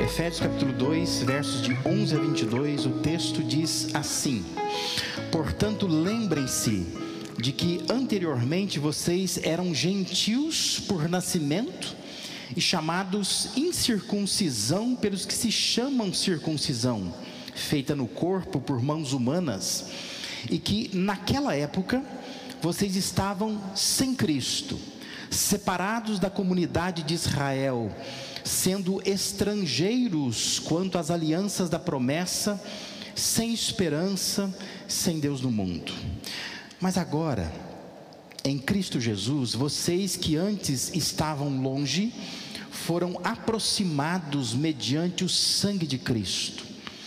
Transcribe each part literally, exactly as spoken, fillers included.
Efésios capítulo dois, versos de onze a vinte e dois, o texto diz assim: portanto, lembrem-se de que anteriormente vocês eram gentios por nascimento e chamados incircuncisão pelos que se chamam circuncisão, feita no corpo por mãos humanas, e que naquela época vocês estavam sem Cristo, separados da comunidade de Israel, sendo estrangeiros quanto às alianças da promessa, sem esperança, sem Deus no mundo. Mas agora, em Cristo Jesus, vocês que antes estavam longe, foram aproximados mediante o sangue de Cristo,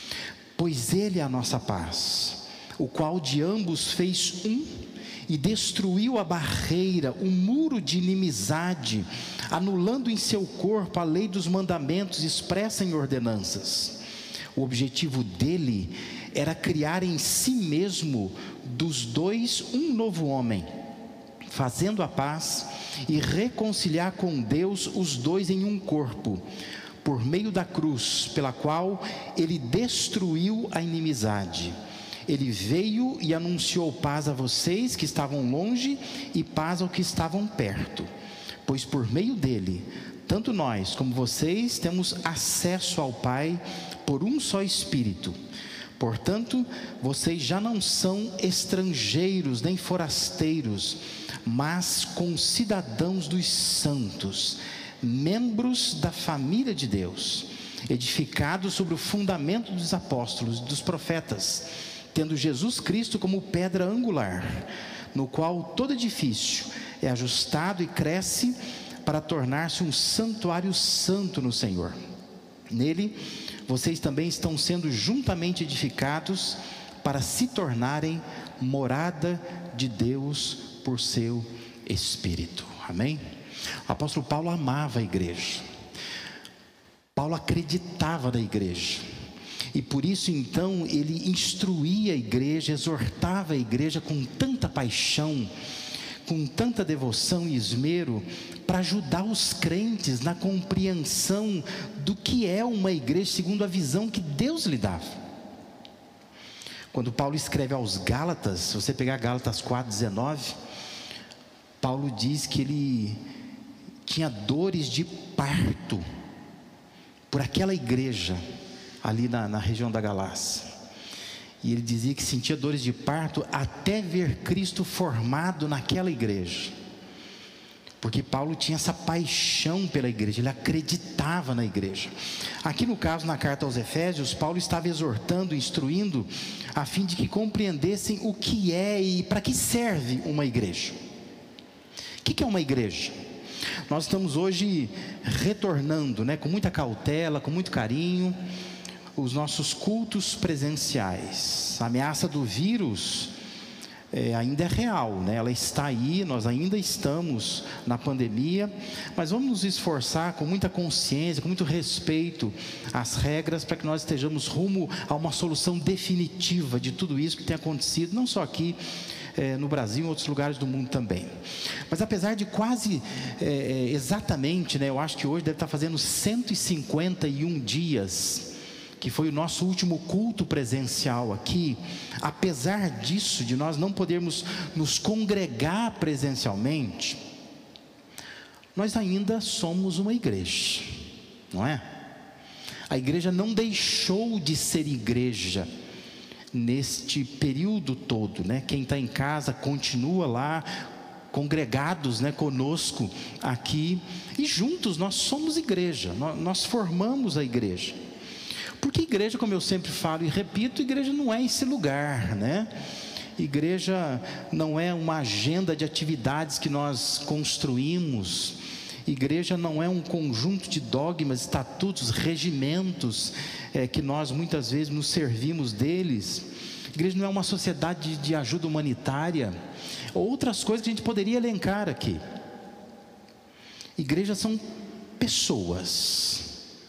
pois Ele é a nossa paz, o qual de ambos fez um e destruiu a barreira, o muro de inimizade, anulando em seu corpo a lei dos mandamentos expressa em ordenanças. O objetivo dele era criar em si mesmo dos dois um novo homem, fazendo a paz e reconciliar com Deus os dois em um corpo, por meio da cruz, pela qual ele destruiu a inimizade. Ele veio e anunciou paz a vocês que estavam longe e paz aos que estavam perto, pois por meio dele, tanto nós como vocês temos acesso ao Pai por um só Espírito. Portanto, vocês já não são estrangeiros nem forasteiros, mas concidadãos dos santos, membros da família de Deus, edificados sobre o fundamento dos apóstolos e dos profetas, tendo Jesus Cristo como pedra angular, no qual todo edifício é ajustado e cresce para tornar-se um santuário santo no Senhor. Nele, vocês também estão sendo juntamente edificados para se tornarem morada de Deus por seu Espírito. Amém? O apóstolo Paulo amava a igreja. Paulo acreditava na igreja. E por isso então ele instruía a igreja, exortava a igreja com tanta paixão, com tanta devoção e esmero, para ajudar os crentes na compreensão do que é uma igreja segundo a visão que Deus lhe dava. Quando Paulo escreve aos Gálatas, se você pegar Gálatas quatro, dezenove, Paulo diz que ele tinha dores de parto por aquela igreja ali na, na região da Galácia. E ele dizia que sentia dores de parto até ver Cristo formado naquela igreja, porque Paulo tinha essa paixão pela igreja, ele acreditava na igreja. Aqui no caso, na carta aos Efésios, Paulo estava exortando, instruindo, a fim de que compreendessem o que é e para que serve uma igreja. O que é uma igreja? Nós estamos hoje retornando, né, com muita cautela, com muito carinho, os nossos cultos presenciais. A ameaça do vírus é, ainda é real, né? Ela está aí, nós ainda estamos na pandemia, mas vamos nos esforçar com muita consciência, com muito respeito às regras, para que nós estejamos rumo a uma solução definitiva de tudo isso que tem acontecido, não só aqui é, no Brasil, em outros lugares do mundo também. Mas apesar de quase é, exatamente, né, eu acho que hoje deve estar fazendo cento e cinquenta e um dias que foi o nosso último culto presencial aqui. Apesar disso, de nós não podermos nos congregar presencialmente, nós ainda somos uma igreja, não é? A igreja não deixou de ser igreja neste período todo, né? Quem está em casa continua lá, congregados, né, conosco aqui, e juntos nós somos igreja, nós, nós formamos a igreja. Porque igreja, como eu sempre falo e repito, igreja não é esse lugar, né? Igreja não é uma agenda de atividades que nós construímos. Igreja não é um conjunto de dogmas, estatutos, regimentos é, que nós muitas vezes nos servimos deles. Igreja não é uma sociedade de ajuda humanitária, outras coisas que a gente poderia elencar aqui. Igreja são pessoas.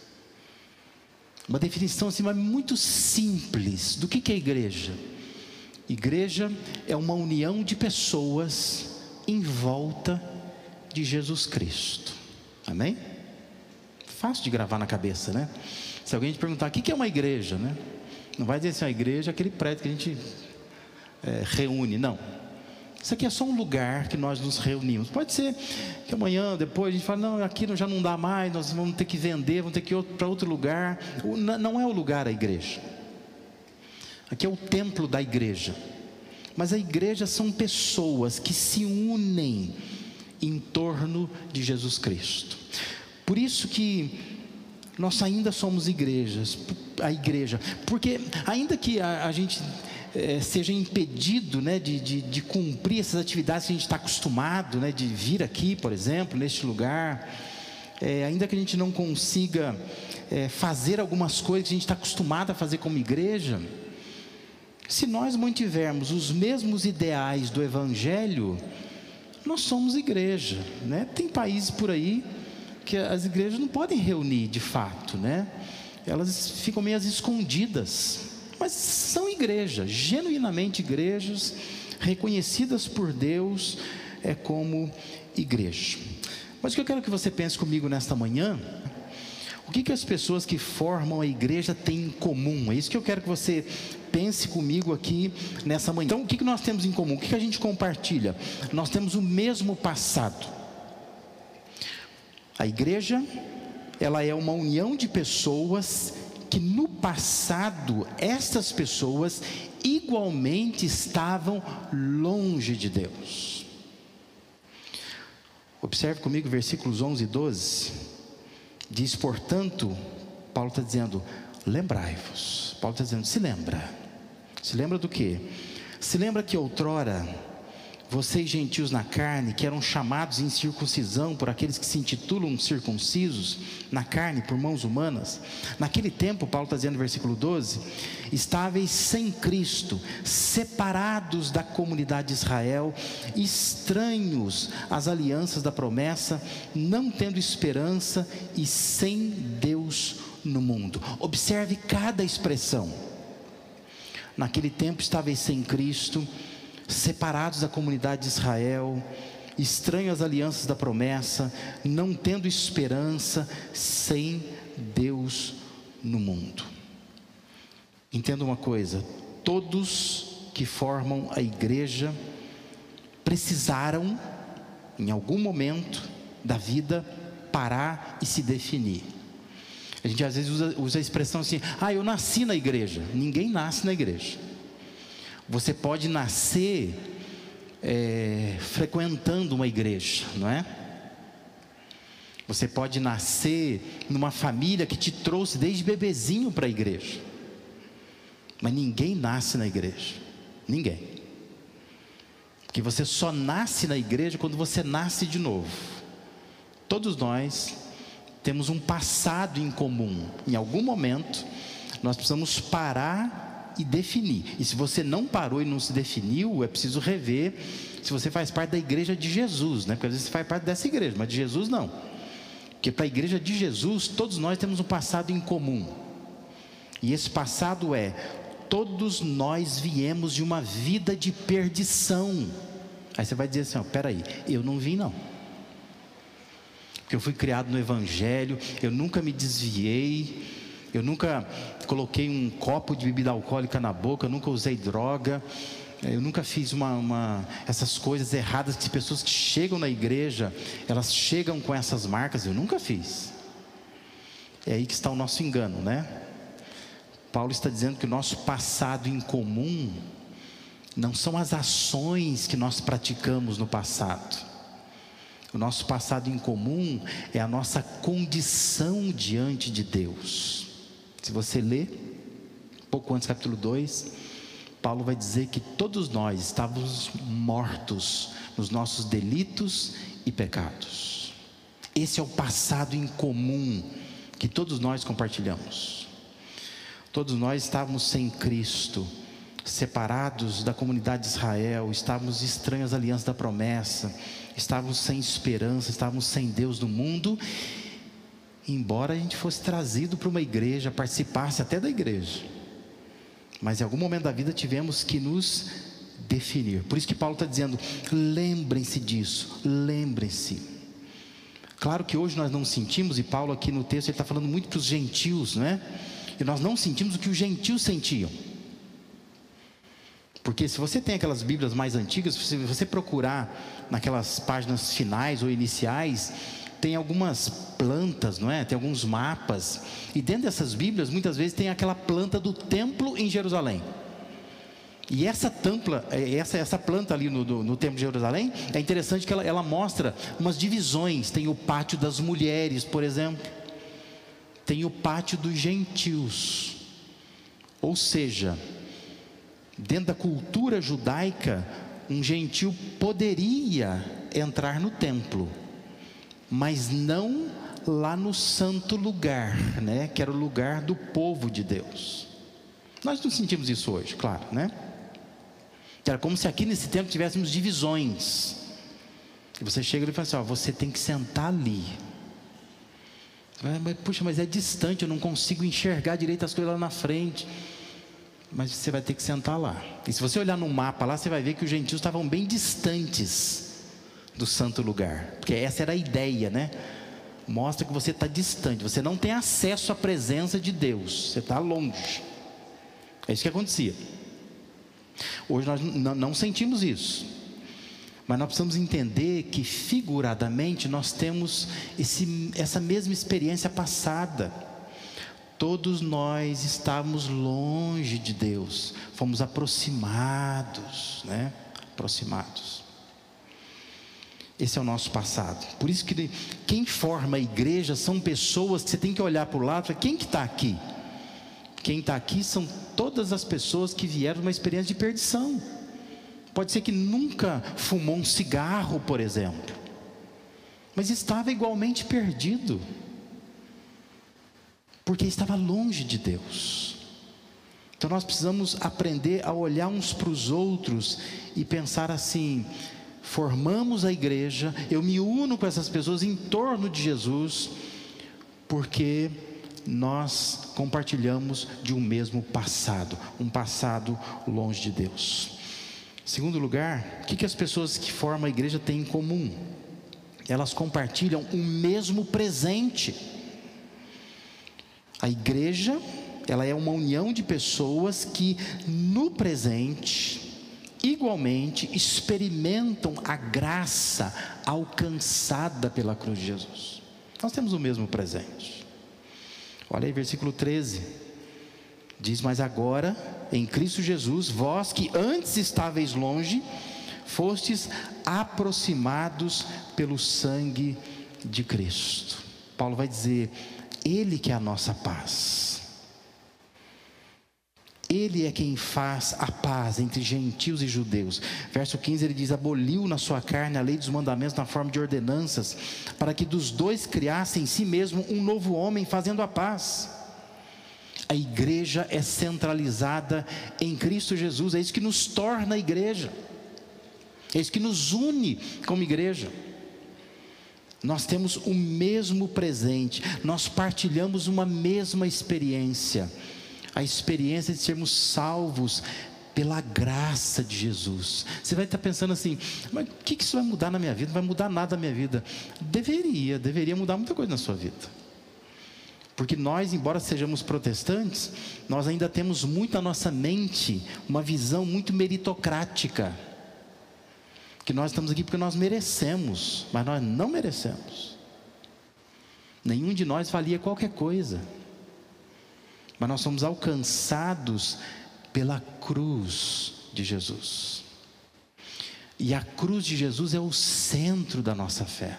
Uma definição assim, mas muito simples do que é igreja. Igreja é uma união de pessoas em volta de Jesus Cristo. Amém? Fácil de gravar na cabeça, né? Se alguém te perguntar, o que é uma igreja, né? Não vai dizer assim, a igreja é aquele prédio que a gente é, reúne, não. Isso aqui é só um lugar que nós nos reunimos. Pode ser que amanhã, depois, a gente fala, não, aqui já não dá mais, nós vamos ter que vender, vamos ter que ir para outro lugar. Não é o lugar a igreja. Aqui é o templo da igreja. Mas a igreja são pessoas que se unem em torno de Jesus Cristo. Por isso que nós ainda somos igrejas, a igreja. Porque ainda que a, a gente é, seja impedido, né, de, de, de cumprir essas atividades que a gente está acostumado, né, de vir aqui, por exemplo, neste lugar, é, ainda que a gente não consiga é, fazer algumas coisas que a gente está acostumado a fazer como igreja, se nós mantivermos os mesmos ideais do Evangelho, nós somos igreja, né? Tem países por aí que as igrejas não podem reunir de fato, né? Elas ficam meio escondidas, mas são igrejas, genuinamente igrejas, reconhecidas por Deus é, como igreja. Mas o que eu quero que você pense comigo nesta manhã, o que, que as pessoas que formam a igreja têm em comum? É isso que eu quero que você pense comigo aqui nessa manhã. Então, o que, que nós temos em comum? O que, que a gente compartilha? Nós temos o mesmo passado. A igreja, ela é uma união de pessoas que no passado, estas pessoas igualmente estavam longe de Deus. Observe comigo versículos onze e doze. Diz, portanto, Paulo está dizendo, lembrai-vos. Paulo está dizendo, se lembra. Se lembra do quê? Se lembra que outrora, vocês gentios na carne, que eram chamados em circuncisão por aqueles que se intitulam circuncisos, na carne, por mãos humanas, naquele tempo, Paulo está dizendo no versículo doze, estáveis sem Cristo, separados da comunidade de Israel, estranhos às alianças da promessa, não tendo esperança e sem Deus no mundo. Observe cada expressão. Naquele tempo estáveis sem Cristo, separados da comunidade de Israel, estranhos às alianças da promessa, não tendo esperança, sem Deus no mundo. Entenda uma coisa, todos que formam a igreja precisaram, em algum momento da vida, parar e se definir. A gente às vezes usa, usa a expressão assim, ah, eu nasci na igreja. Ninguém nasce na igreja. Você pode nascer é, frequentando uma igreja, não é? Você pode nascer numa família que te trouxe desde bebezinho para a igreja. Mas ninguém nasce na igreja. Ninguém. Porque você só nasce na igreja quando você nasce de novo. Todos nós temos um passado em comum. Em algum momento, nós precisamos parar e definir. E se você não parou e não se definiu, é preciso rever se você faz parte da igreja de Jesus, né? Porque às vezes você faz parte dessa igreja, mas de Jesus não. Porque para a igreja de Jesus, todos nós temos um passado em comum. E esse passado é, todos nós viemos de uma vida de perdição. Aí você vai dizer assim, ó, peraí, eu não vim não. Porque eu fui criado no Evangelho, eu nunca me desviei, eu nunca coloquei um copo de bebida alcoólica na boca, eu nunca usei droga, eu nunca fiz uma, uma, essas coisas erradas que as pessoas que chegam na igreja, elas chegam com essas marcas, eu nunca fiz. É aí que está o nosso engano, né? Paulo está dizendo que o nosso passado em comum não são as ações que nós praticamos no passado. O nosso passado em comum é a nossa condição diante de Deus. Se você ler, pouco antes, capítulo dois, Paulo vai dizer que todos nós estávamos mortos nos nossos delitos e pecados. Esse é o passado em comum que todos nós compartilhamos. Todos nós estávamos sem Cristo, separados da comunidade de Israel, estávamos estranhos à aliança da promessa, estávamos sem esperança, estávamos sem Deus no mundo, embora a gente fosse trazido para uma igreja, participasse até da igreja, mas em algum momento da vida tivemos que nos definir. Por isso que Paulo está dizendo, lembrem-se disso, lembrem-se. Claro que hoje nós não sentimos, e Paulo aqui no texto ele está falando muito para os gentios, não é? e nós não sentimos o que os gentios sentiam. Porque se você tem aquelas Bíblias mais antigas, se você procurar naquelas páginas finais ou iniciais, tem algumas plantas, não é? Tem alguns mapas, e dentro dessas Bíblias muitas vezes tem aquela planta do templo em Jerusalém. E essa, tampla, essa, essa planta ali no, no, no templo de Jerusalém, é interessante que ela, ela mostra umas divisões. Tem o pátio das mulheres, por exemplo, tem o pátio dos gentios. Ou seja, dentro da cultura judaica, um gentio poderia entrar no templo, mas não lá no santo lugar, né? Que era o lugar do povo de Deus. Nós não sentimos isso hoje, claro, né? Era como se aqui nesse tempo tivéssemos divisões. E você chega ali e fala assim, ó, você tem que sentar ali. Mas, puxa, mas é distante, eu não consigo enxergar direito as coisas lá na frente. Mas você vai ter que sentar lá. E se você olhar no mapa lá, você vai ver que os gentios estavam bem distantes do santo lugar. Porque essa era a ideia, né? Mostra que você está distante, você não tem acesso à presença de Deus, você está longe. É isso que acontecia. Hoje nós não sentimos isso, mas nós precisamos entender que figuradamente nós temos esse, essa mesma experiência passada. Todos nós estávamos longe de Deus, fomos aproximados, né? Aproximados. Esse é o nosso passado. Por isso que quem forma a igreja são pessoas que você tem que olhar para o lado e falar, quem que está aqui? Quem está aqui são todas as pessoas que vieram de uma experiência de perdição. Pode ser que nunca fumou um cigarro, por exemplo, mas estava igualmente perdido, porque estava longe de Deus. Então nós precisamos aprender a olhar uns para os outros e pensar assim: formamos a igreja, eu me uno com essas pessoas em torno de Jesus, porque nós compartilhamos de um mesmo passado, um passado longe de Deus. Em segundo lugar, o que, que as pessoas que formam a igreja têm em comum? Elas compartilham um mesmo presente. A igreja, ela é uma união de pessoas que no presente, igualmente, experimentam a graça alcançada pela cruz de Jesus. Nós temos o mesmo presente. Olha aí, versículo treze, diz, mas agora, em Cristo Jesus, vós que antes estáveis longe, fostes aproximados pelo sangue de Cristo. Paulo vai dizer, Ele que é a nossa paz. Ele é quem faz a paz entre gentios e judeus. Verso quinze, ele diz, aboliu na sua carne a lei dos mandamentos na forma de ordenanças, para que dos dois criasse em si mesmo um novo homem, fazendo a paz. A igreja é centralizada em Cristo Jesus. É isso que nos torna a igreja, é isso que nos une como igreja. Nós temos o mesmo presente, nós partilhamos uma mesma experiência, a experiência de sermos salvos pela graça de Jesus. Você vai estar pensando assim, mas o que isso vai mudar na minha vida? Não vai mudar nada na minha vida. Deveria, deveria mudar muita coisa na sua vida. Porque nós, embora sejamos protestantes, nós ainda temos muito na nossa mente uma visão muito meritocrática, que nós estamos aqui porque nós merecemos, mas nós não merecemos. Nenhum de nós valia qualquer coisa, mas nós somos alcançados pela cruz de Jesus. E a cruz de Jesus é o centro da nossa fé.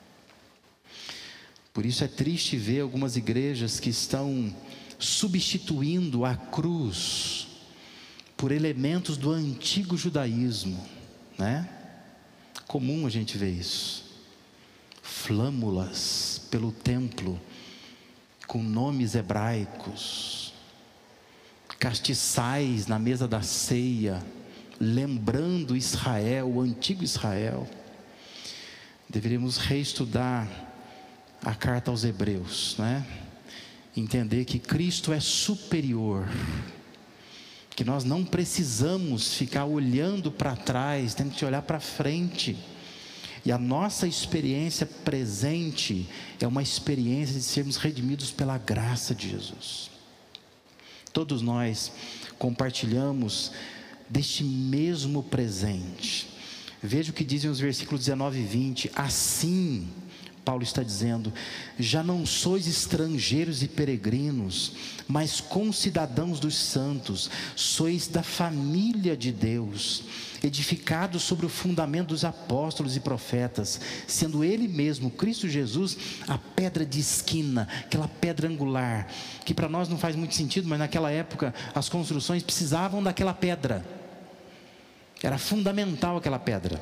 Por isso é triste ver algumas igrejas que estão substituindo a cruz por elementos do antigo judaísmo, né? Comum a gente ver isso. Flâmulas pelo templo com nomes hebraicos, castiçais na mesa da ceia, lembrando Israel, o antigo Israel. Deveríamos reestudar a carta aos Hebreus, né? Entender que Cristo é superior, que nós não precisamos ficar olhando para trás, temos que olhar para frente. E a nossa experiência presente é uma experiência de sermos redimidos pela graça de Jesus. Todos nós compartilhamos deste mesmo presente. Veja o que dizem os versículos dezenove e vinte. Assim, Paulo está dizendo: já não sois estrangeiros e peregrinos, mas concidadãos dos santos, sois da família de Deus, edificados sobre o fundamento dos apóstolos e profetas, sendo Ele mesmo, Cristo Jesus, a pedra de esquina, aquela pedra angular, que para nós não faz muito sentido, mas naquela época as construções precisavam daquela pedra, era fundamental aquela pedra,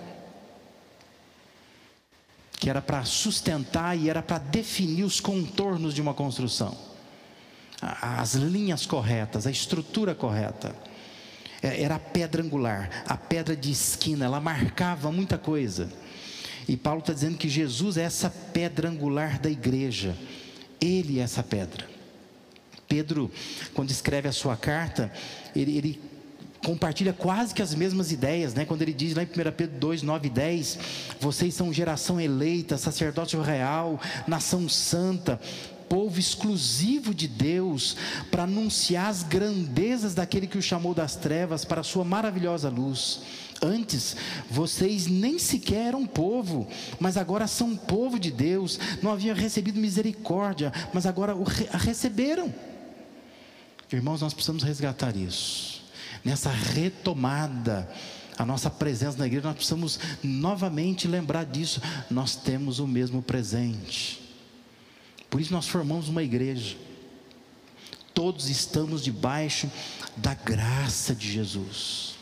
que era para sustentar e era para definir os contornos de uma construção, as linhas corretas, a estrutura correta. Era a pedra angular, a pedra de esquina, ela marcava muita coisa. E Paulo está dizendo que Jesus é essa pedra angular da igreja, Ele é essa pedra. Pedro, quando escreve a sua carta, ele, ele compartilha quase que as mesmas ideias, né? Quando ele diz lá em primeira Pedro dois, nove e dez: vocês são geração eleita, sacerdócio real, nação santa, povo exclusivo de Deus, para anunciar as grandezas daquele que o chamou das trevas para a sua maravilhosa luz. Antes, vocês nem sequer eram povo, mas agora são povo de Deus. Não haviam recebido misericórdia, mas agora a receberam. Irmãos, nós precisamos resgatar isso. Nessa retomada, a nossa presença na igreja, nós precisamos novamente lembrar disso. Nós temos o mesmo presente. Por isso nós formamos uma igreja. Todos estamos debaixo da graça de Jesus.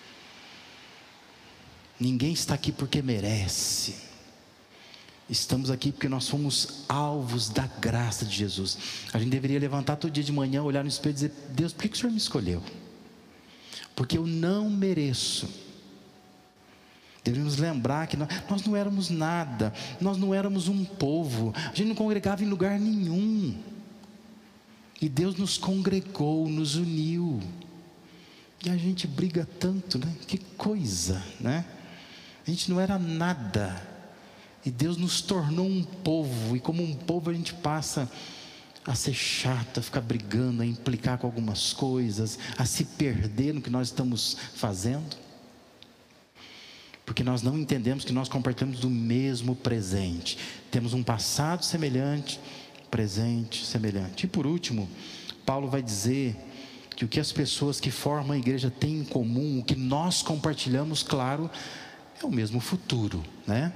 Ninguém está aqui porque merece. Estamos aqui porque nós fomos alvos da graça de Jesus. A gente deveria levantar todo dia de manhã, olhar no espelho e dizer: Deus, por que o Senhor me escolheu? Porque eu não mereço. Deveríamos lembrar que nós, nós não éramos nada, nós não éramos um povo, a gente não congregava em lugar nenhum, e Deus nos congregou, nos uniu, e a gente briga tanto, né? Que coisa, né? A gente não era nada, e Deus nos tornou um povo, e como um povo a gente passa a ser chato, a ficar brigando, a implicar com algumas coisas, a se perder no que nós estamos fazendo, porque nós não entendemos que nós compartilhamos do mesmo presente. Temos um passado semelhante, presente semelhante. E por último, Paulo vai dizer que o que as pessoas que formam a igreja têm em comum, o que nós compartilhamos, claro, é o mesmo futuro, né?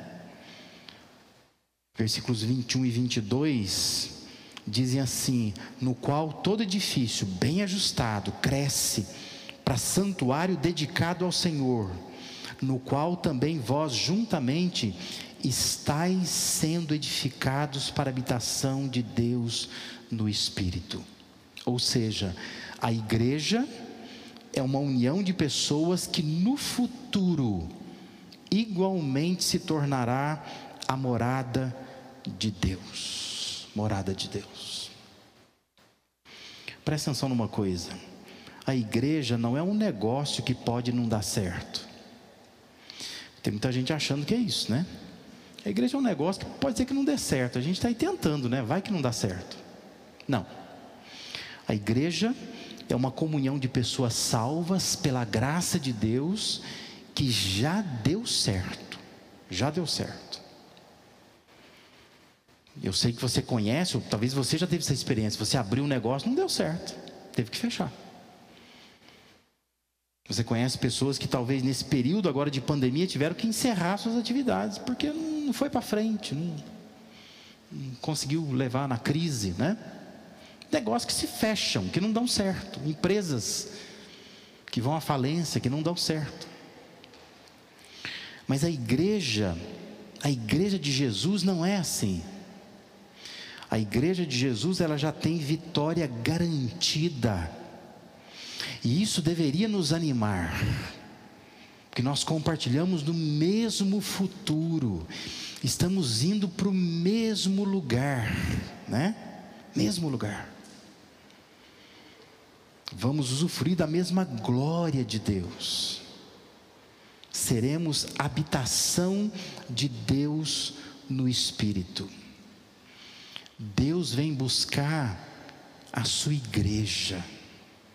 Versículos vinte e um e vinte e dois dizem assim: no qual todo edifício bem ajustado cresce para santuário dedicado ao Senhor, no qual também vós juntamente estáis sendo edificados para a habitação de Deus no Espírito. Ou seja, a igreja é uma união de pessoas que no futuro igualmente se tornará a morada de Deus. Morada de Deus. Presta atenção numa coisa: a igreja não é um negócio que pode não dar certo. Tem muita gente achando que é isso, né? A igreja é um negócio que pode ser que não dê certo. A gente está aí tentando, né? Vai que não dá certo. Não. A igreja é uma comunhão de pessoas salvas pela graça de Deus, que já deu certo. Já deu certo. Eu sei que você conhece, ou talvez você já teve essa experiência. Você abriu um negócio, não deu certo. Teve que fechar. Você conhece pessoas que talvez nesse período agora de pandemia tiveram que encerrar suas atividades, porque não foi para frente, não, não conseguiu levar na crise, né? Negócios que se fecham, que não dão certo, empresas que vão à falência, que não dão certo. Mas a igreja, a igreja de Jesus não é assim. A igreja de Jesus, ela já tem vitória garantida. E isso deveria nos animar, porque nós compartilhamos do mesmo futuro, estamos indo para o mesmo lugar, né? Mesmo lugar. Vamos usufruir da mesma glória de Deus. Seremos habitação de Deus no Espírito. Deus vem buscar a sua igreja.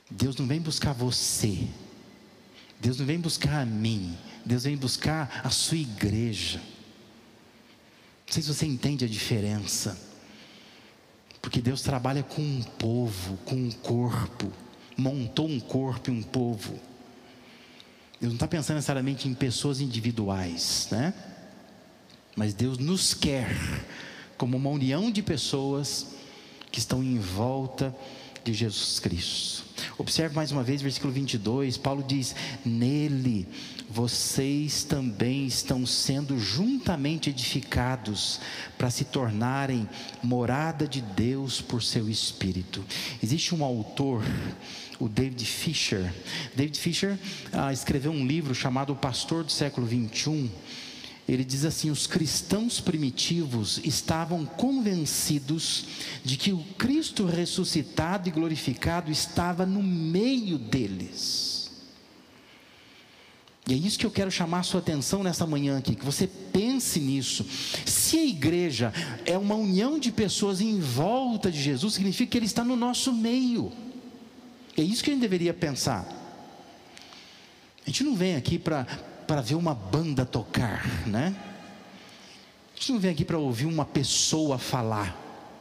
Deus não vem buscar você, Deus não vem buscar a mim, Deus vem buscar a sua igreja. Não sei se você entende a diferença, porque Deus trabalha com um povo, com um corpo, montou um corpo e um povo. Deus não está pensando necessariamente em pessoas individuais, né? Mas Deus nos quer como uma união de pessoas que estão em volta de Jesus Cristo. Observe mais uma vez, versículo vinte e dois, Paulo diz: nele vocês também estão sendo juntamente edificados para se tornarem morada de Deus por seu Espírito. Existe um autor, o David Fisher. David Fisher ah, escreveu um livro chamado O Pastor do Século vinte e um. Ele diz assim: os cristãos primitivos estavam convencidos de que o Cristo ressuscitado e glorificado estava no meio deles. E é isso que eu quero chamar a sua atenção nessa manhã aqui, que você pense nisso. Se a igreja é uma união de pessoas em volta de Jesus, significa que Ele está no nosso meio. É isso que a gente deveria pensar. A gente não vem aqui para... para ver uma banda tocar, né? A gente não vem aqui para ouvir uma pessoa falar.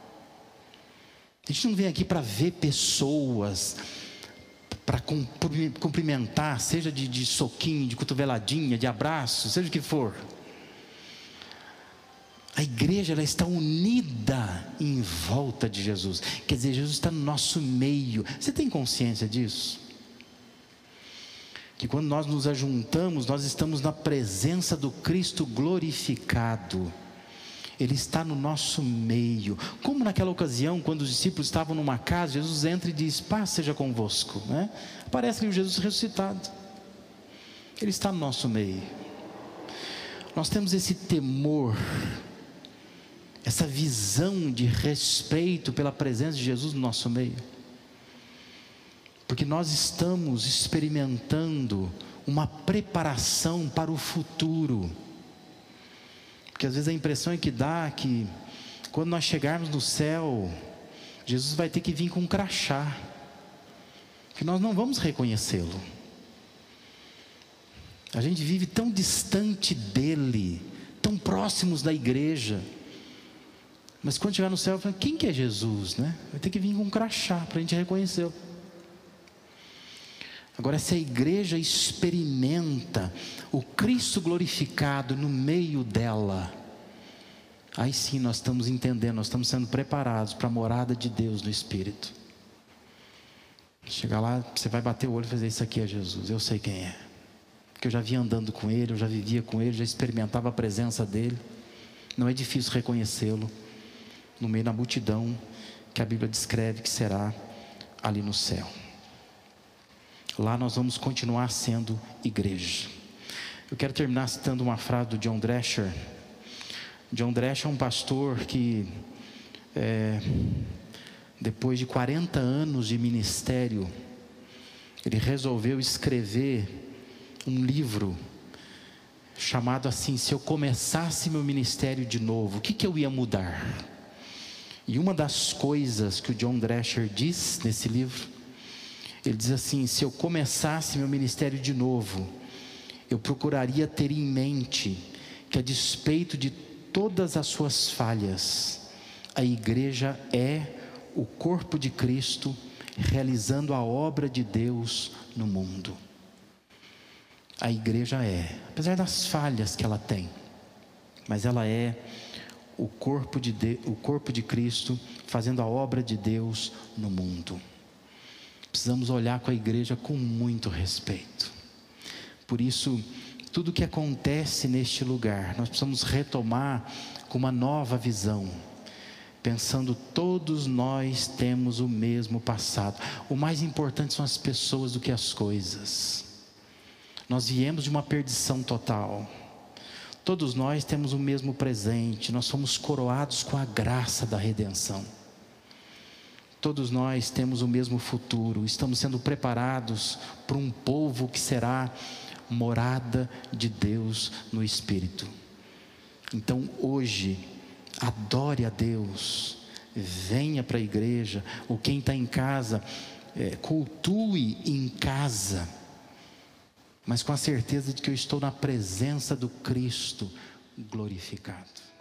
A gente não vem aqui para ver pessoas, para cumprimentar, seja de, de soquinho, de cotoveladinha, de abraço, seja o que for. A igreja, ela está unida em volta de Jesus. Quer dizer, Jesus está no nosso meio. Você tem consciência disso? Que quando nós nos ajuntamos, nós estamos na presença do Cristo glorificado. Ele está no nosso meio. Como naquela ocasião, quando os discípulos estavam numa casa, Jesus entra e diz: paz seja convosco, né? Aparece ali o Jesus ressuscitado. Ele está no nosso meio. Nós temos esse temor, essa visão de respeito pela presença de Jesus no nosso meio, porque nós estamos experimentando uma preparação para o futuro. Porque às vezes a impressão é que dá que quando nós chegarmos no céu, Jesus vai ter que vir com um crachá, que nós não vamos reconhecê-lo. A gente vive tão distante dele, tão próximos da igreja, mas quando chegar no céu, quem que é Jesus, né? Vai ter que vir com um crachá para a gente reconhecê-lo. Agora, se a igreja experimenta o Cristo glorificado no meio dela, aí sim nós estamos entendendo, nós estamos sendo preparados para a morada de Deus no Espírito. Chegar lá, você vai bater o olho e fazer: isso aqui é Jesus, eu sei quem é, porque eu já vinha andando com Ele, eu já vivia com Ele, já experimentava a presença dEle. Não é difícil reconhecê-lo no meio da multidão que a Bíblia descreve que será ali no céu. Lá nós vamos continuar sendo igreja. Eu quero terminar citando uma frase do John Drescher. John Drescher é um pastor que, é, depois de quarenta anos de ministério, ele resolveu escrever um livro chamado assim: se eu começasse meu ministério de novo, o que, que eu ia mudar? E uma das coisas que o John Drescher diz nesse livro, ele diz assim: se eu começasse meu ministério de novo, eu procuraria ter em mente que, a despeito de todas as suas falhas, a igreja é o corpo de Cristo realizando a obra de Deus no mundo. A igreja é, apesar das falhas que ela tem, mas ela é o corpo de, de, o corpo de Cristo fazendo a obra de Deus no mundo. Precisamos olhar com a igreja com muito respeito. Por isso, tudo que acontece neste lugar, nós precisamos retomar com uma nova visão, pensando: todos nós temos o mesmo passado. O mais importante são as pessoas do que as coisas. Nós viemos de uma perdição total. Todos nós temos o mesmo presente. Nós somos coroados com a graça da redenção. Todos nós temos o mesmo futuro. Estamos sendo preparados para um povo que será morada de Deus no Espírito. Então hoje, adore a Deus, venha para a igreja, ou quem está em casa, é, cultue em casa, mas com a certeza de que eu estou na presença do Cristo glorificado.